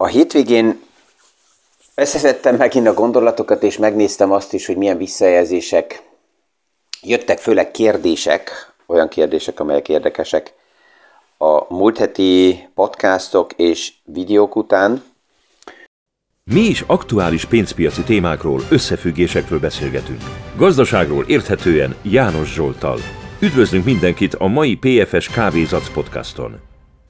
hétvégén összeszedtem megint a gondolatokat, és megnéztem azt is, hogy milyen visszajelzések jöttek, főleg kérdések, olyan kérdések, amelyek érdekesek a múlt heti podcastok és videók után. Mi is aktuális pénzpiaci témákról, összefüggésekről beszélgetünk. Gazdaságról érthetően János Zsolttal. Üdvözlünk mindenkit a mai PFS Kávézac podcaston.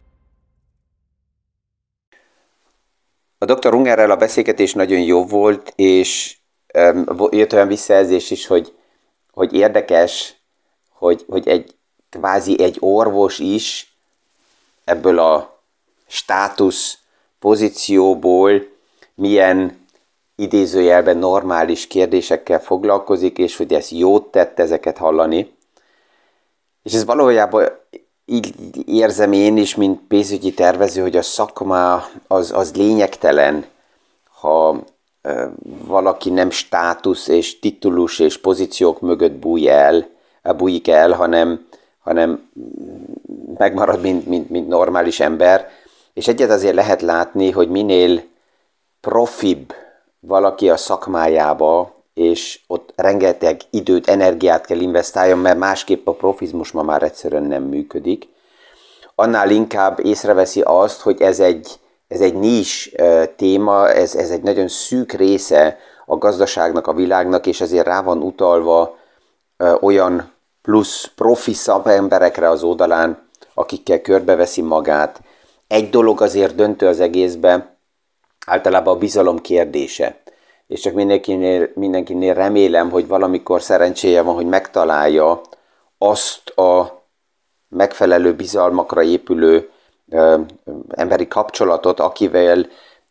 A Dr. Ungerrel a beszélgetés nagyon jó volt, és jött olyan visszajelzés is, hogy érdekes, hogy kvázi egy orvos is ebből a státusz pozícióból milyen idézőjelben normális kérdésekkel foglalkozik, és hogy ez jót tett ezeket hallani. És ez valójában így érzem én is, mint pénzügyi tervező, hogy a szakma az lényegtelen, ha valaki nem státusz és titulus és pozíciók mögött bújik el, hanem megmarad, mint normális ember. És egyet azért lehet látni, hogy minél profibb valaki a szakmájába, és ott rengeteg időt, energiát kell investáljon, mert másképp a profizmus ma már egyszerűen nem működik. Annál inkább észreveszi azt, hogy ez egy nis téma, ez egy nagyon szűk része a gazdaságnak, a világnak, és ezért rá van utalva olyan plusz profi szakemberekre az oldalán, akikkel körbeveszi magát. Egy dolog azért döntő az egészben, általában a bizalom kérdése. És csak mindenkinél remélem, hogy valamikor szerencséje van, hogy megtalálja azt a megfelelő bizalmakra épülő emberi kapcsolatot, akivel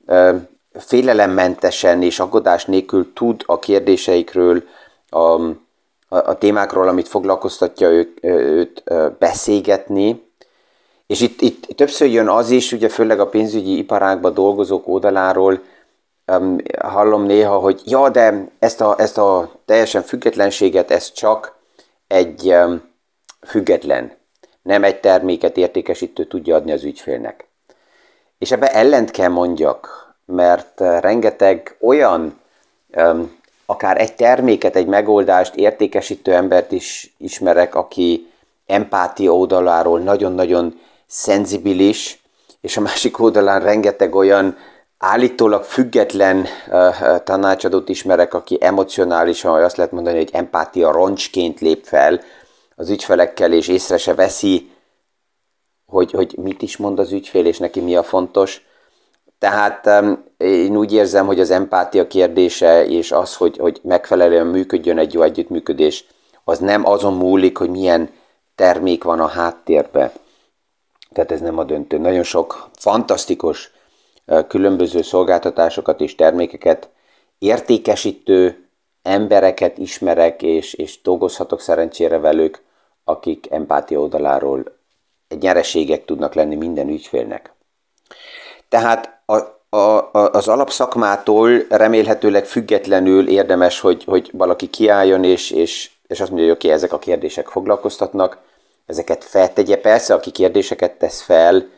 félelemmentesen és aggodás nélkül tud a kérdéseikről, a témákról, amit foglalkoztatja őt beszélgetni. És itt többször jön az is, ugye főleg a pénzügyi iparágban dolgozók oldaláról, hallom néha, hogy ja, de ezt a teljesen függetlenséget, ez csak egy független, nem egy terméket értékesítő tudja adni az ügyfélnek. És ebbe ellent kell mondjak, mert rengeteg olyan, akár egy terméket, egy megoldást értékesítő embert is ismerek, aki empátia oldaláról nagyon-nagyon szenzibilis, és a másik oldalán rengeteg olyan állítólag független tanácsadót ismerek, aki emocionálisan, vagy azt lehet mondani, hogy empátia roncsként lép fel az ügyfelekkel, és észre se veszi, hogy mit is mond az ügyfél, és neki mi a fontos. Tehát én úgy érzem, hogy az empátia kérdése, és az, hogy megfelelően működjön egy jó együttműködés, az nem azon múlik, hogy milyen termék van a háttérben. Tehát ez nem a döntő. Nagyon sok fantasztikus különböző szolgáltatásokat és termékeket értékesítő embereket ismerek, és dolgozhatok szerencsére velük, akik empátia oldaláról nyereségek tudnak lenni minden ügyfélnek. Tehát az alapszakmától remélhetőleg függetlenül érdemes, hogy valaki kiálljon, és azt mondja, hogy oké, ezek a kérdések foglalkoztatnak, ezeket feltegye. Persze, aki kérdéseket tesz fel,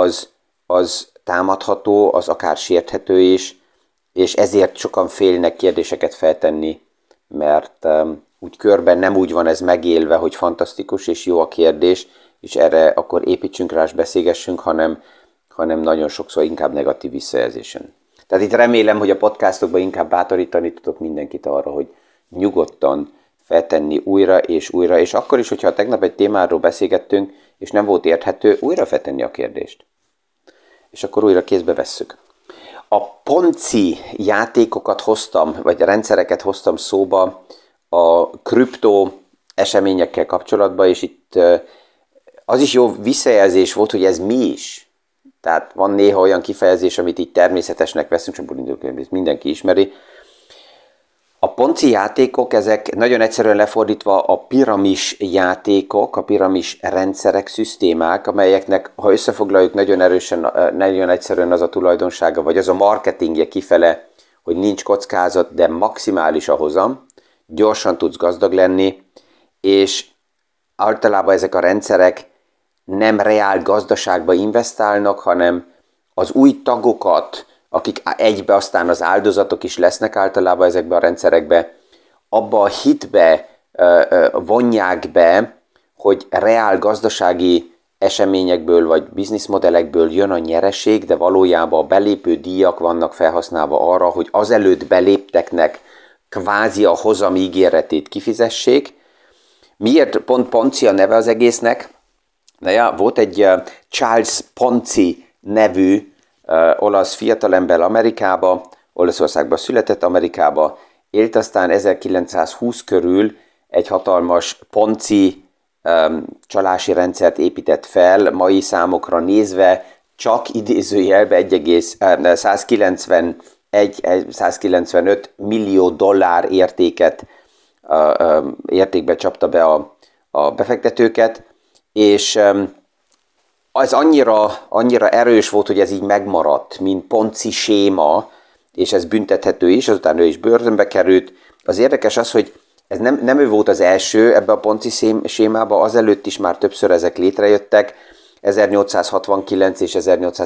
az támadható, az akár sérthető is, és ezért sokan félnek kérdéseket feltenni, mert úgy körben nem úgy van ez megélve, hogy fantasztikus és jó a kérdés, és erre akkor építsünk rá és beszélgessünk, hanem nagyon sokszor inkább negatív visszajelzésen. Tehát itt remélem, hogy a podcastokban inkább bátorítani tudok mindenkit arra, hogy nyugodtan feltenni újra, és akkor is, hogyha tegnap egy témáról beszélgettünk, és nem volt érthető, újra feltenni a kérdést. És akkor újra kézbe vesszük. A Ponzi játékokat hoztam, vagy rendszereket hoztam szóba a kriptó eseményekkel kapcsolatban, és itt az is jó visszajelzés volt, hogy ez mi is. Tehát van néha olyan kifejezés, amit így természetesnek veszünk, és mindenki ismeri. A Ponzi játékok, ezek nagyon egyszerűen lefordítva a piramis játékok, a piramis rendszerek, szisztémák, amelyeknek, ha összefoglaljuk, nagyon egyszerűen az a tulajdonsága, vagy az a marketingje kifele, hogy nincs kockázat, de maximális a hozam, gyorsan tudsz gazdag lenni, és általában ezek a rendszerek nem reál gazdaságba investálnak, hanem az új tagokat akik egybe aztán az áldozatok is lesznek általában ezekbe a rendszerekbe, abba a hitbe vonják be, hogy reál gazdasági eseményekből vagy bizniszmodellekből jön a nyereség, de valójában a belépő díjak vannak felhasználva arra, hogy azelőtt belépteknek kvázi a hozam ígéretét kifizessék. Miért pont Ponzi a neve az egésznek? Na ja, volt egy Charles Ponzi nevű olasz fiatalember Amerikába, Olaszországban született, Amerikába élt, aztán 1920 körül egy hatalmas Ponzi csalási rendszert épített fel, mai számokra nézve csak idézőjelbe 195 millió dollár értékbe csapta be a befektetőket, és az annyira erős volt, hogy ez így megmaradt, mint Ponzi séma, és ez büntethető is, azután ő is börtönbe került. Az érdekes az, hogy ez nem ő volt az első ebbe a Ponzi sémába, azelőtt is már többször ezek létrejöttek. 1869 és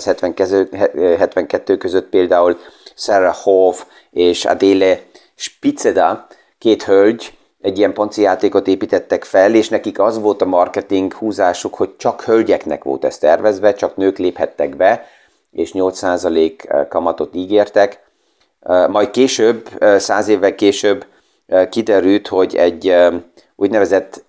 1872 között például Sarah Hoff és Adele Spiceda, két hölgy, egy ilyen Ponzi játékot építettek fel, és nekik az volt a marketing húzásuk, hogy csak hölgyeknek volt ez tervezve, csak nők léphettek be, és 8% kamatot ígértek. Majd később, 100 évvel később kiderült, hogy egy úgynevezett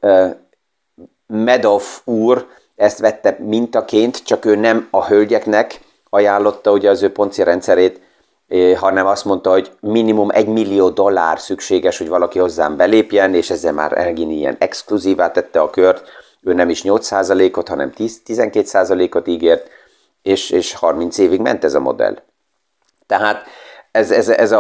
Madoff úr ezt vette mintaként, csak ő nem a hölgyeknek ajánlotta ugye az ő Ponzi rendszerét, hanem azt mondta, hogy minimum $1 millió szükséges, hogy valaki hozzám belépjen, és ezzel már elgin ilyen exkluzívá tette a kört. Ő nem is 8%-ot, hanem 12%-ot ígért, és 30 évig ment ez a modell. Tehát ez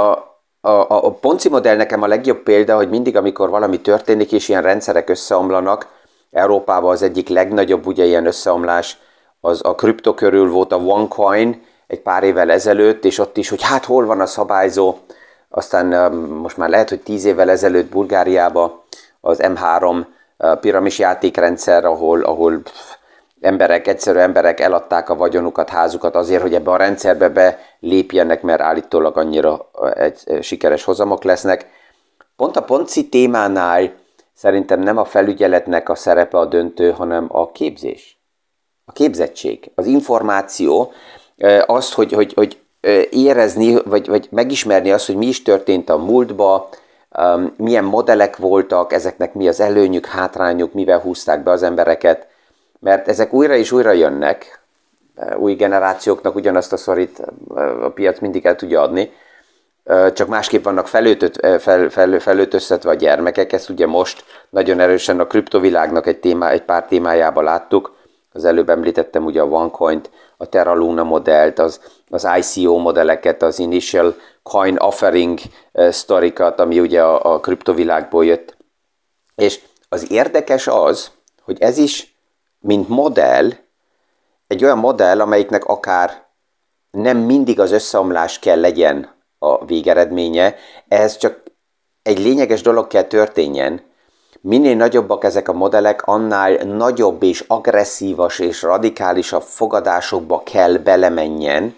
a Ponzi modell nekem a legjobb példa, hogy mindig, amikor valami történik, és ilyen rendszerek összeomlanak, Európában az egyik legnagyobb ugye ilyen összeomlás, az a kripto körül volt a OneCoin egy pár évvel ezelőtt, és ott is, hogy hát hol van a szabályzó, aztán most már lehet, hogy 10 évvel ezelőtt Bulgáriában az M3 piramis játékrendszer, ahol egyszerű emberek eladták a vagyonukat, házukat azért, hogy ebbe a rendszerbe belépjenek, mert állítólag annyira sikeres hozamok lesznek. Pont a Ponzi témánál szerintem nem a felügyeletnek a szerepe a döntő, hanem a képzés, a képzettség, az információ, azt, hogy érezni, vagy megismerni azt, hogy mi is történt a múltban, milyen modellek voltak, ezeknek mi az előnyük, hátrányuk, mivel húzták be az embereket, mert ezek újra és újra jönnek, új generációknak ugyanazt a szorít a piac mindig el tudja adni, csak másképp vannak felöltöztetve a gyermekek, ezt ugye most nagyon erősen a kriptovilágnak egy pár témájában láttuk, az előbb említettem ugye a OneCoint, a Terra Luna modellt, az ICO modelleket, az Initial Coin Offering sztorikat, ami ugye a kriptovilágból jött. És az érdekes az, hogy ez is, mint modell, egy olyan modell, amelyiknek akár nem mindig az összeomlás kell legyen a végeredménye, ehhez csak egy lényeges dolog kell történjen. Minél nagyobbak ezek a modellek, annál nagyobb és agresszívas és radikálisabb fogadásokba kell belemenjen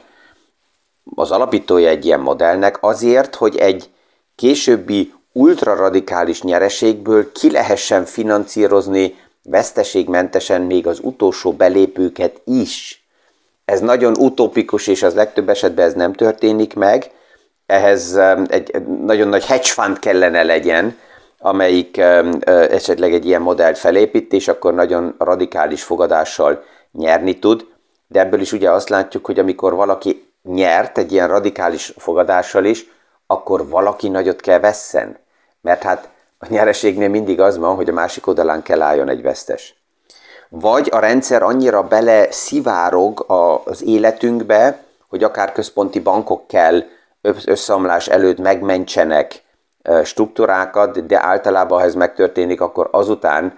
az alapítója egy ilyen modellnek azért, hogy egy későbbi ultraradikális nyereségből ki lehessen finanszírozni veszteségmentesen még az utolsó belépőket is. Ez nagyon utópikus, és az legtöbb esetben ez nem történik meg. Ehhez egy nagyon nagy hedge fund kellene legyen, amelyik esetleg egy ilyen modellt felépít, és akkor nagyon radikális fogadással nyerni tud. De ebből is ugye azt látjuk, hogy amikor valaki nyert egy ilyen radikális fogadással is, akkor valaki nagyot kell vesszen. Mert hát a nyereségnél mindig az van, hogy a másik oldalán kell álljon egy vesztes. Vagy a rendszer annyira bele szivárog az életünkbe, hogy akár központi bankok kell összeomlás előtt megmentsenek struktúrákat, de általában, ha ez megtörténik, akkor azután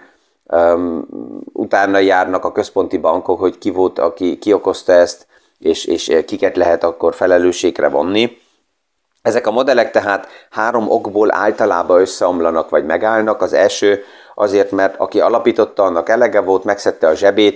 utána járnak a központi bankok, hogy ki volt, ki okozta ezt, és kiket lehet akkor felelősségre vonni. Ezek a modellek tehát 3 okból általában összeomlanak vagy megállnak. Az első azért, mert aki alapította, annak elege volt, megszedte a zsebét,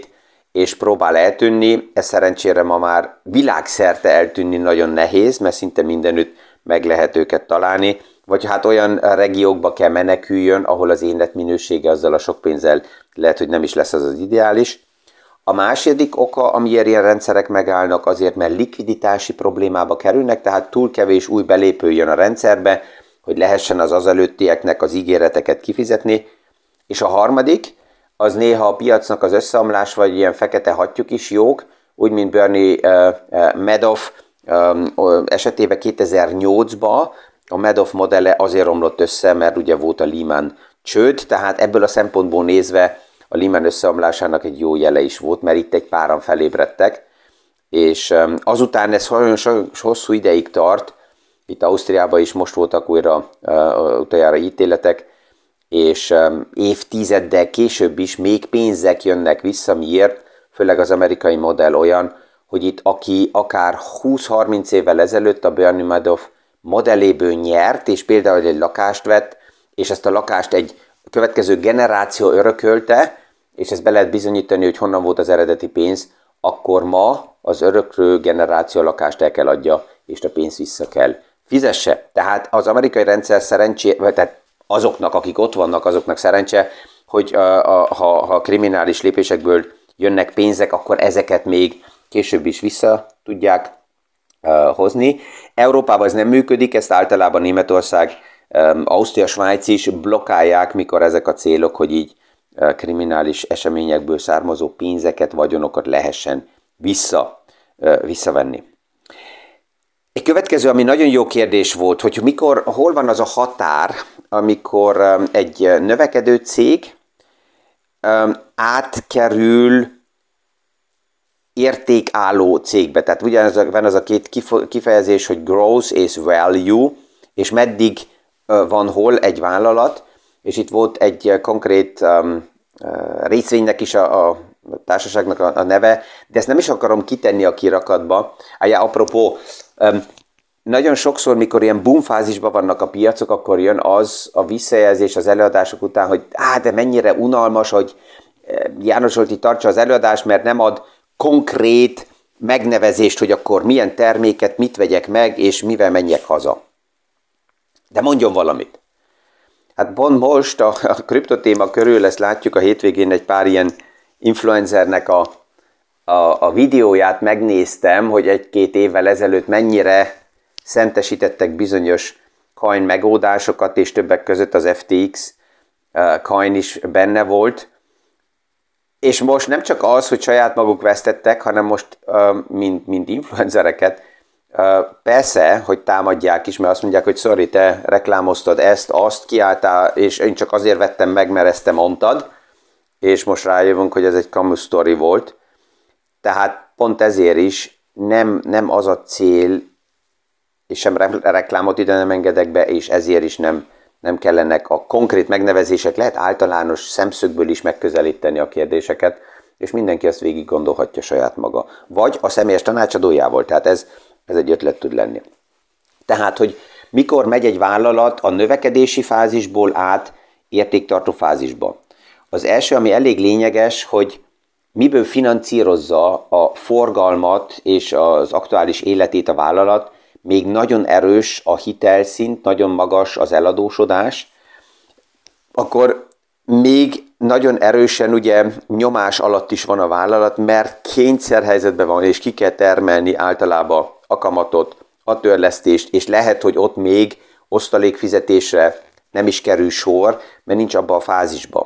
és próbál eltűnni. Ez szerencsére ma már világszerte eltűnni nagyon nehéz, mert szinte mindenütt meg lehet őket találni, vagy hát olyan regiókba kell meneküljön, ahol az életminősége azzal a sok pénzzel lehet, hogy nem is lesz az ideális. A második oka, amiért ilyen rendszerek megállnak, azért, mert likviditási problémába kerülnek, tehát túl kevés új belépő jön a rendszerbe, hogy lehessen az előttieknek az ígéreteket kifizetni. És a harmadik, az néha a piacnak az összeomlás, vagy ilyen fekete hattyúk is jók, úgy, mint Bernie Madoff esetében 2008-ban a Madoff modelle azért romlott össze, mert ugye volt a Lehman csőd, tehát ebből a szempontból nézve a Lehman összeomlásának egy jó jele is volt, mert itt egy páran felébredtek, és azután ez hosszú ideig tart, itt Ausztriában is most voltak újra utoljára ítéletek, és évtizeddel később is még pénzek jönnek vissza, miért? Főleg az amerikai modell olyan, hogy itt aki akár 20-30 évvel ezelőtt a Bernie Madoff modelléből nyert, és például egy lakást vett, és ezt a lakást egy következő generáció örökölte, és ezt be lehet bizonyítani, hogy honnan volt az eredeti pénz, akkor ma az öröklő generáció a lakást el kell adja, és a pénzt vissza kell fizesse. Tehát az amerikai rendszer tehát azoknak, akik ott vannak, azoknak szerencse, hogy ha kriminális lépésekből jönnek pénzek, akkor ezeket még később is vissza tudják hozni. Európában ez nem működik, ezt általában Németország, Ausztria, Svájc is blokkálják, mikor ezek a célok, hogy így kriminális eseményekből származó pénzeket, vagyonokat lehessen visszavenni. Egy következő, ami nagyon jó kérdés volt, hogy hol van az a határ, amikor egy növekedő cég átkerül értékálló cégbe. Tehát ugyanaz az a két kifejezés, hogy growth és value, és meddig van hol egy vállalat, és itt volt egy konkrét részvénynek is a társaságnak a neve, de ezt nem is akarom kitenni a kirakatba. Apropó, nagyon sokszor, mikor ilyen boom fázisban vannak a piacok, akkor jön az a visszajelzés az előadások után, hogy de mennyire unalmas, hogy János Zsolti tartsa az előadást, mert nem ad konkrét megnevezést, hogy akkor milyen terméket, mit vegyek meg, és mivel menjek haza. De mondjon valamit. Hát pont most a kriptotéma körül ezt látjuk, a hétvégén egy pár ilyen influencernek a videóját megnéztem, hogy egy-két évvel ezelőtt mennyire szentesítettek bizonyos coin megoldásokat, és többek között az FTX coin is benne volt. És most nem csak az, hogy saját maguk vesztettek, hanem most, mint influencereket, persze, hogy támadják is, mert azt mondják, hogy sorry, te reklámoztad ezt, azt, kiálltál, és én csak azért vettem meg, mert ezt te mondtad, és most rájövünk, hogy ez egy kamu sztori volt. Tehát pont ezért is nem az a cél, és sem reklámot ide nem engedek be, és ezért is nem kellenek a konkrét megnevezések, lehet általános szemszögből is megközelíteni a kérdéseket, és mindenki azt végig gondolhatja saját maga. Vagy a személyes tanácsadójával, tehát ez egy ötlet tud lenni. Tehát, hogy mikor megy egy vállalat a növekedési fázisból át értéktartó fázisba. Az első, ami elég lényeges, hogy miből financírozza a forgalmat és az aktuális életét a vállalat, még nagyon erős a hitelszint, nagyon magas az eladósodás, akkor még nagyon erősen ugye nyomás alatt is van a vállalat, mert kényszerhelyzetben van, és ki kell termelni általában a kamatot, a törlesztést, és lehet, hogy ott még osztalékfizetésre nem is kerül sor, mert nincs abban a fázisban.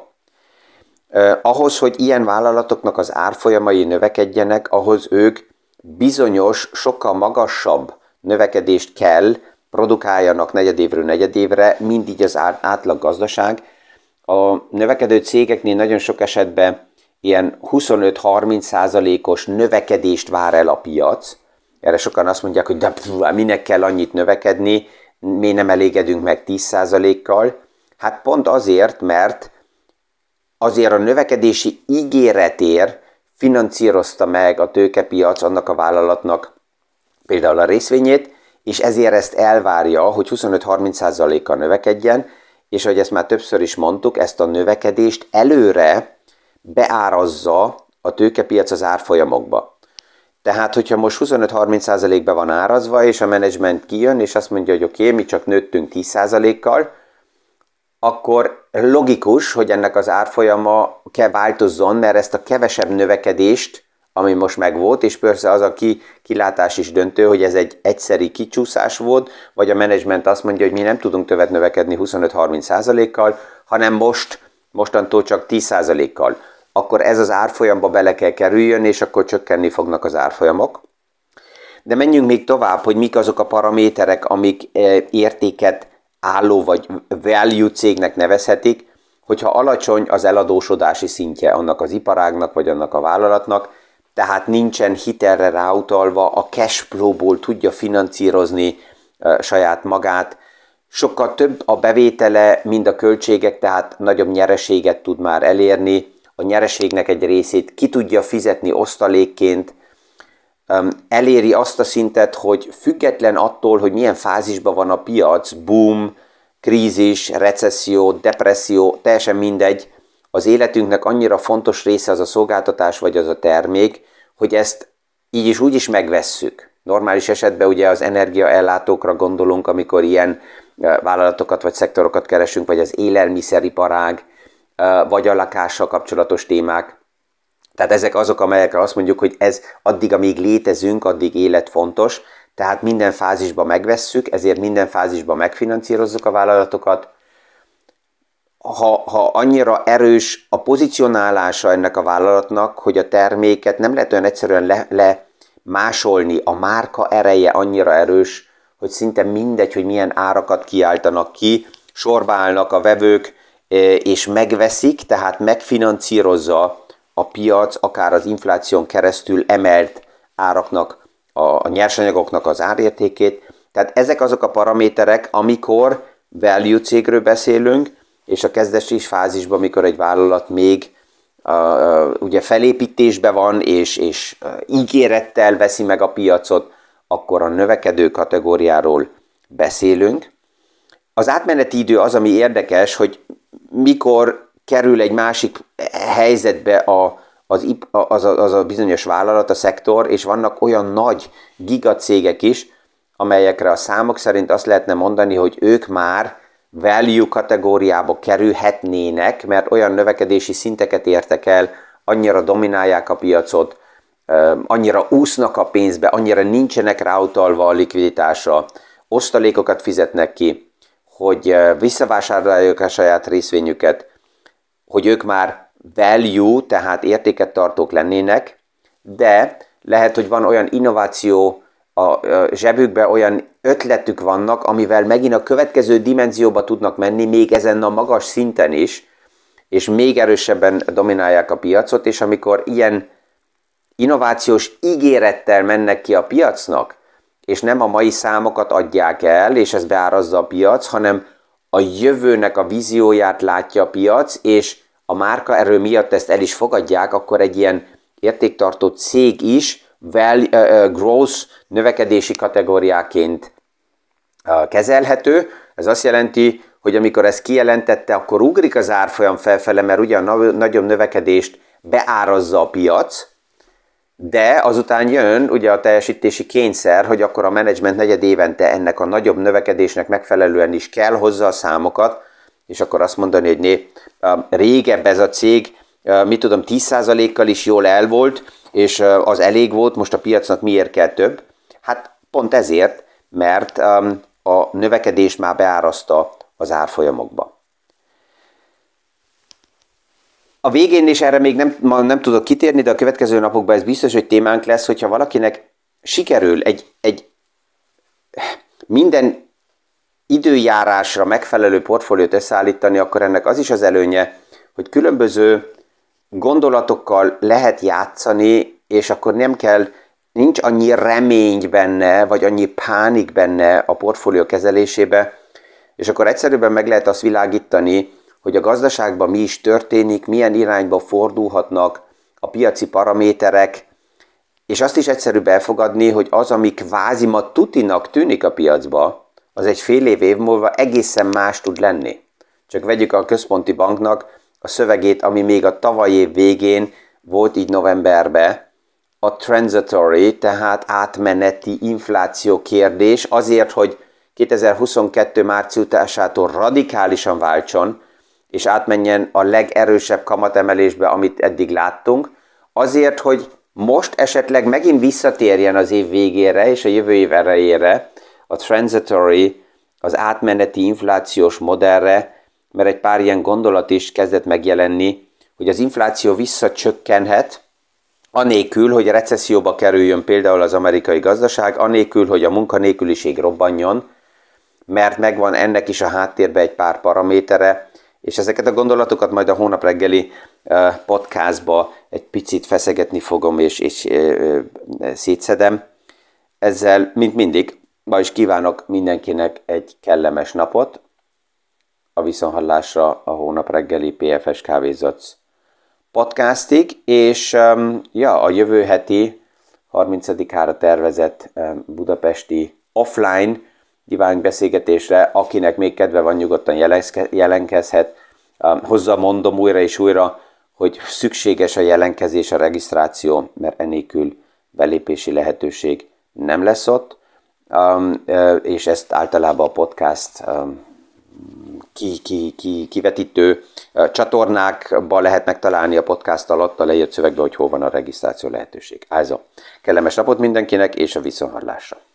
Ahhoz, hogy ilyen vállalatoknak az árfolyamai növekedjenek, ahhoz ők bizonyos, sokkal magasabb növekedést kell produkáljanak negyedévről negyedévre, mindig az átlag gazdaság. A növekedő cégeknél nagyon sok esetben ilyen 25-30%-os növekedést vár el a piac. Erre sokan azt mondják, hogy de minek kell annyit növekedni, mi nem elégedünk meg 10%-kal. Hát pont azért, mert azért a növekedési ígéretért finanszírozta meg a tőkepiac annak a vállalatnak például a részvényét, és ezért ezt elvárja, hogy 25-30%-kal növekedjen, és ahogy ezt már többször is mondtuk, ezt a növekedést előre beárazza a tőkepiac az árfolyamokba. Tehát, hogyha most 25-30%-be van árazva, és a menedzsment kijön, és azt mondja, hogy oké, mi csak nőttünk 10%-kal, akkor logikus, hogy ennek az árfolyama kell változzon, mert ezt a kevesebb növekedést, ami most megvolt, és persze az a kilátás is döntő, hogy ez egy egyszeri kicsúszás volt, vagy a menedzsment azt mondja, hogy mi nem tudunk többet növekedni 25-30%-kal, hanem mostantól csak 10%-kal. Akkor ez az árfolyamba bele kell kerüljön, és akkor csökkenni fognak az árfolyamok. De menjünk még tovább, hogy mik azok a paraméterek, amik értéket álló vagy value cégnek nevezhetik, hogyha alacsony az eladósodási szintje annak az iparágnak vagy annak a vállalatnak, tehát nincsen hitelre ráutalva, a cash flow-ból tudja finanszírozni saját magát, sokkal több a bevétele, mint a költségek, tehát nagyobb nyereséget tud már elérni, a nyereségnek egy részét ki tudja fizetni osztalékként, eléri azt a szintet, hogy független attól, hogy milyen fázisban van a piac, boom, krízis, recesszió, depresszió, teljesen mindegy, az életünknek annyira fontos része az a szolgáltatás vagy az a termék, hogy ezt így is úgy is megvesszük. Normális esetben ugye az energiaellátókra gondolunk, amikor ilyen vállalatokat vagy szektorokat keresünk, vagy az élelmiszeriparág, vagy a lakással kapcsolatos témák. Tehát ezek azok, amelyekre azt mondjuk, hogy ez addig, amíg létezünk, addig életfontos, tehát minden fázisban megvesszük, ezért minden fázisban megfinanszírozzuk a vállalatokat. Ha annyira erős a pozicionálása ennek a vállalatnak, hogy a terméket nem lehet olyan egyszerűen lemásolni, a márka ereje annyira erős, hogy szinte mindegy, hogy milyen árakat kiáltanak ki, sorba állnak a vevők, és megveszik, tehát megfinanszírozza a piac, akár az infláción keresztül emelt áraknak, a nyersanyagoknak az árértékét. Tehát ezek azok a paraméterek, amikor value cégről beszélünk, és a kezdeti fázisban, amikor egy vállalat még ugye felépítésben van, és ígérettel veszi meg a piacot, akkor a növekedő kategóriáról beszélünk. Az átmeneti idő az, ami érdekes, hogy mikor kerül egy másik helyzetbe az a bizonyos vállalat, a szektor, és vannak olyan nagy gigacégek is, amelyekre a számok szerint azt lehetne mondani, hogy ők már value kategóriába kerülhetnének, mert olyan növekedési szinteket értek el, annyira dominálják a piacot, annyira úsznak a pénzbe, annyira nincsenek ráutalva a likviditásra, osztalékokat fizetnek ki, hogy visszavásárolják a saját részvényüket, hogy ők már value, tehát értéket tartók lennének, de lehet, hogy van olyan innováció a zsebükben, olyan ötletük vannak, amivel megint a következő dimenzióba tudnak menni, még ezen a magas szinten is, és még erősebben dominálják a piacot, és amikor ilyen innovációs ígérettel mennek ki a piacnak, és nem a mai számokat adják el, és ez beárazza a piac, hanem a jövőnek a vízióját látja a piac, és a márkaerő miatt ezt el is fogadják, akkor egy ilyen értéktartó cég is growth növekedési kategóriáként kezelhető. Ez azt jelenti, hogy amikor ezt kijelentette, akkor ugrik az árfolyam felfele, mert ugye a nagyobb növekedést beárazza a piac, de azután jön ugye a teljesítési kényszer, hogy akkor a menedzsment negyed évente ennek a nagyobb növekedésnek megfelelően is kell hozzá a számokat, és akkor azt mondani, hogy régebb ez a cég, 10%-kal is jól el volt, és az elég volt, most a piacnak miért kell több? Hát pont ezért, mert a növekedés már beárazta az árfolyamokba. A végén, és erre még nem tudok kitérni, de a következő napokban ez biztos, hogy témánk lesz, hogyha valakinek sikerül egy minden időjárásra megfelelő portfóliót összeállítani, akkor ennek az is az előnye, hogy különböző gondolatokkal lehet játszani, és akkor nincs annyi remény benne, vagy annyi pánik benne a portfólió kezelésébe, és akkor egyszerűbben meg lehet azt világítani, hogy a gazdaságban mi is történik, milyen irányba fordulhatnak a piaci paraméterek, és azt is egyszerűbb elfogadni, hogy az, ami kvázi ma tutinak tűnik a piacba, az egy fél év múlva egészen más tud lenni. Csak vegyük a központi banknak a szövegét, ami még a tavalyi év végén volt így novemberben a transitory, tehát átmeneti infláció kérdés, azért, hogy 2022 márciusától radikálisan váltson, és átmenjen a legerősebb kamatemelésbe, amit eddig láttunk, azért, hogy most esetleg megint visszatérjen az év végére és a jövő év elejére a transitory, az átmeneti inflációs modellre, mert egy pár ilyen gondolat is kezdett megjelenni, hogy az infláció visszacsökkenhet, anélkül, hogy a recesszióba kerüljön például az amerikai gazdaság, anélkül, hogy a munkanélküliség robbanjon, mert megvan ennek is a háttérben egy pár paramétere, és ezeket a gondolatokat majd a hónap reggeli podcastba egy picit feszegetni fogom, és szétszedem. Ezzel, mint mindig, ma is kívánok mindenkinek egy kellemes napot, a viszonthallásra a hónap reggeli PFS Kávézac podcastig, és a jövő heti 30-ára tervezett budapesti offline diván beszélgetésre, akinek még kedve van, nyugodtan jelenkezhet. Hozzá mondom újra és újra, hogy szükséges a jelenkezés, a regisztráció, mert enélkül belépési lehetőség nem lesz ott, és ezt általában a podcast kivetítő csatornákban lehet megtalálni a podcast alatt a leírt szövegben, hogy hol van a regisztráció lehetőség. Also, kellemes napot mindenkinek, és a viszonthallásra!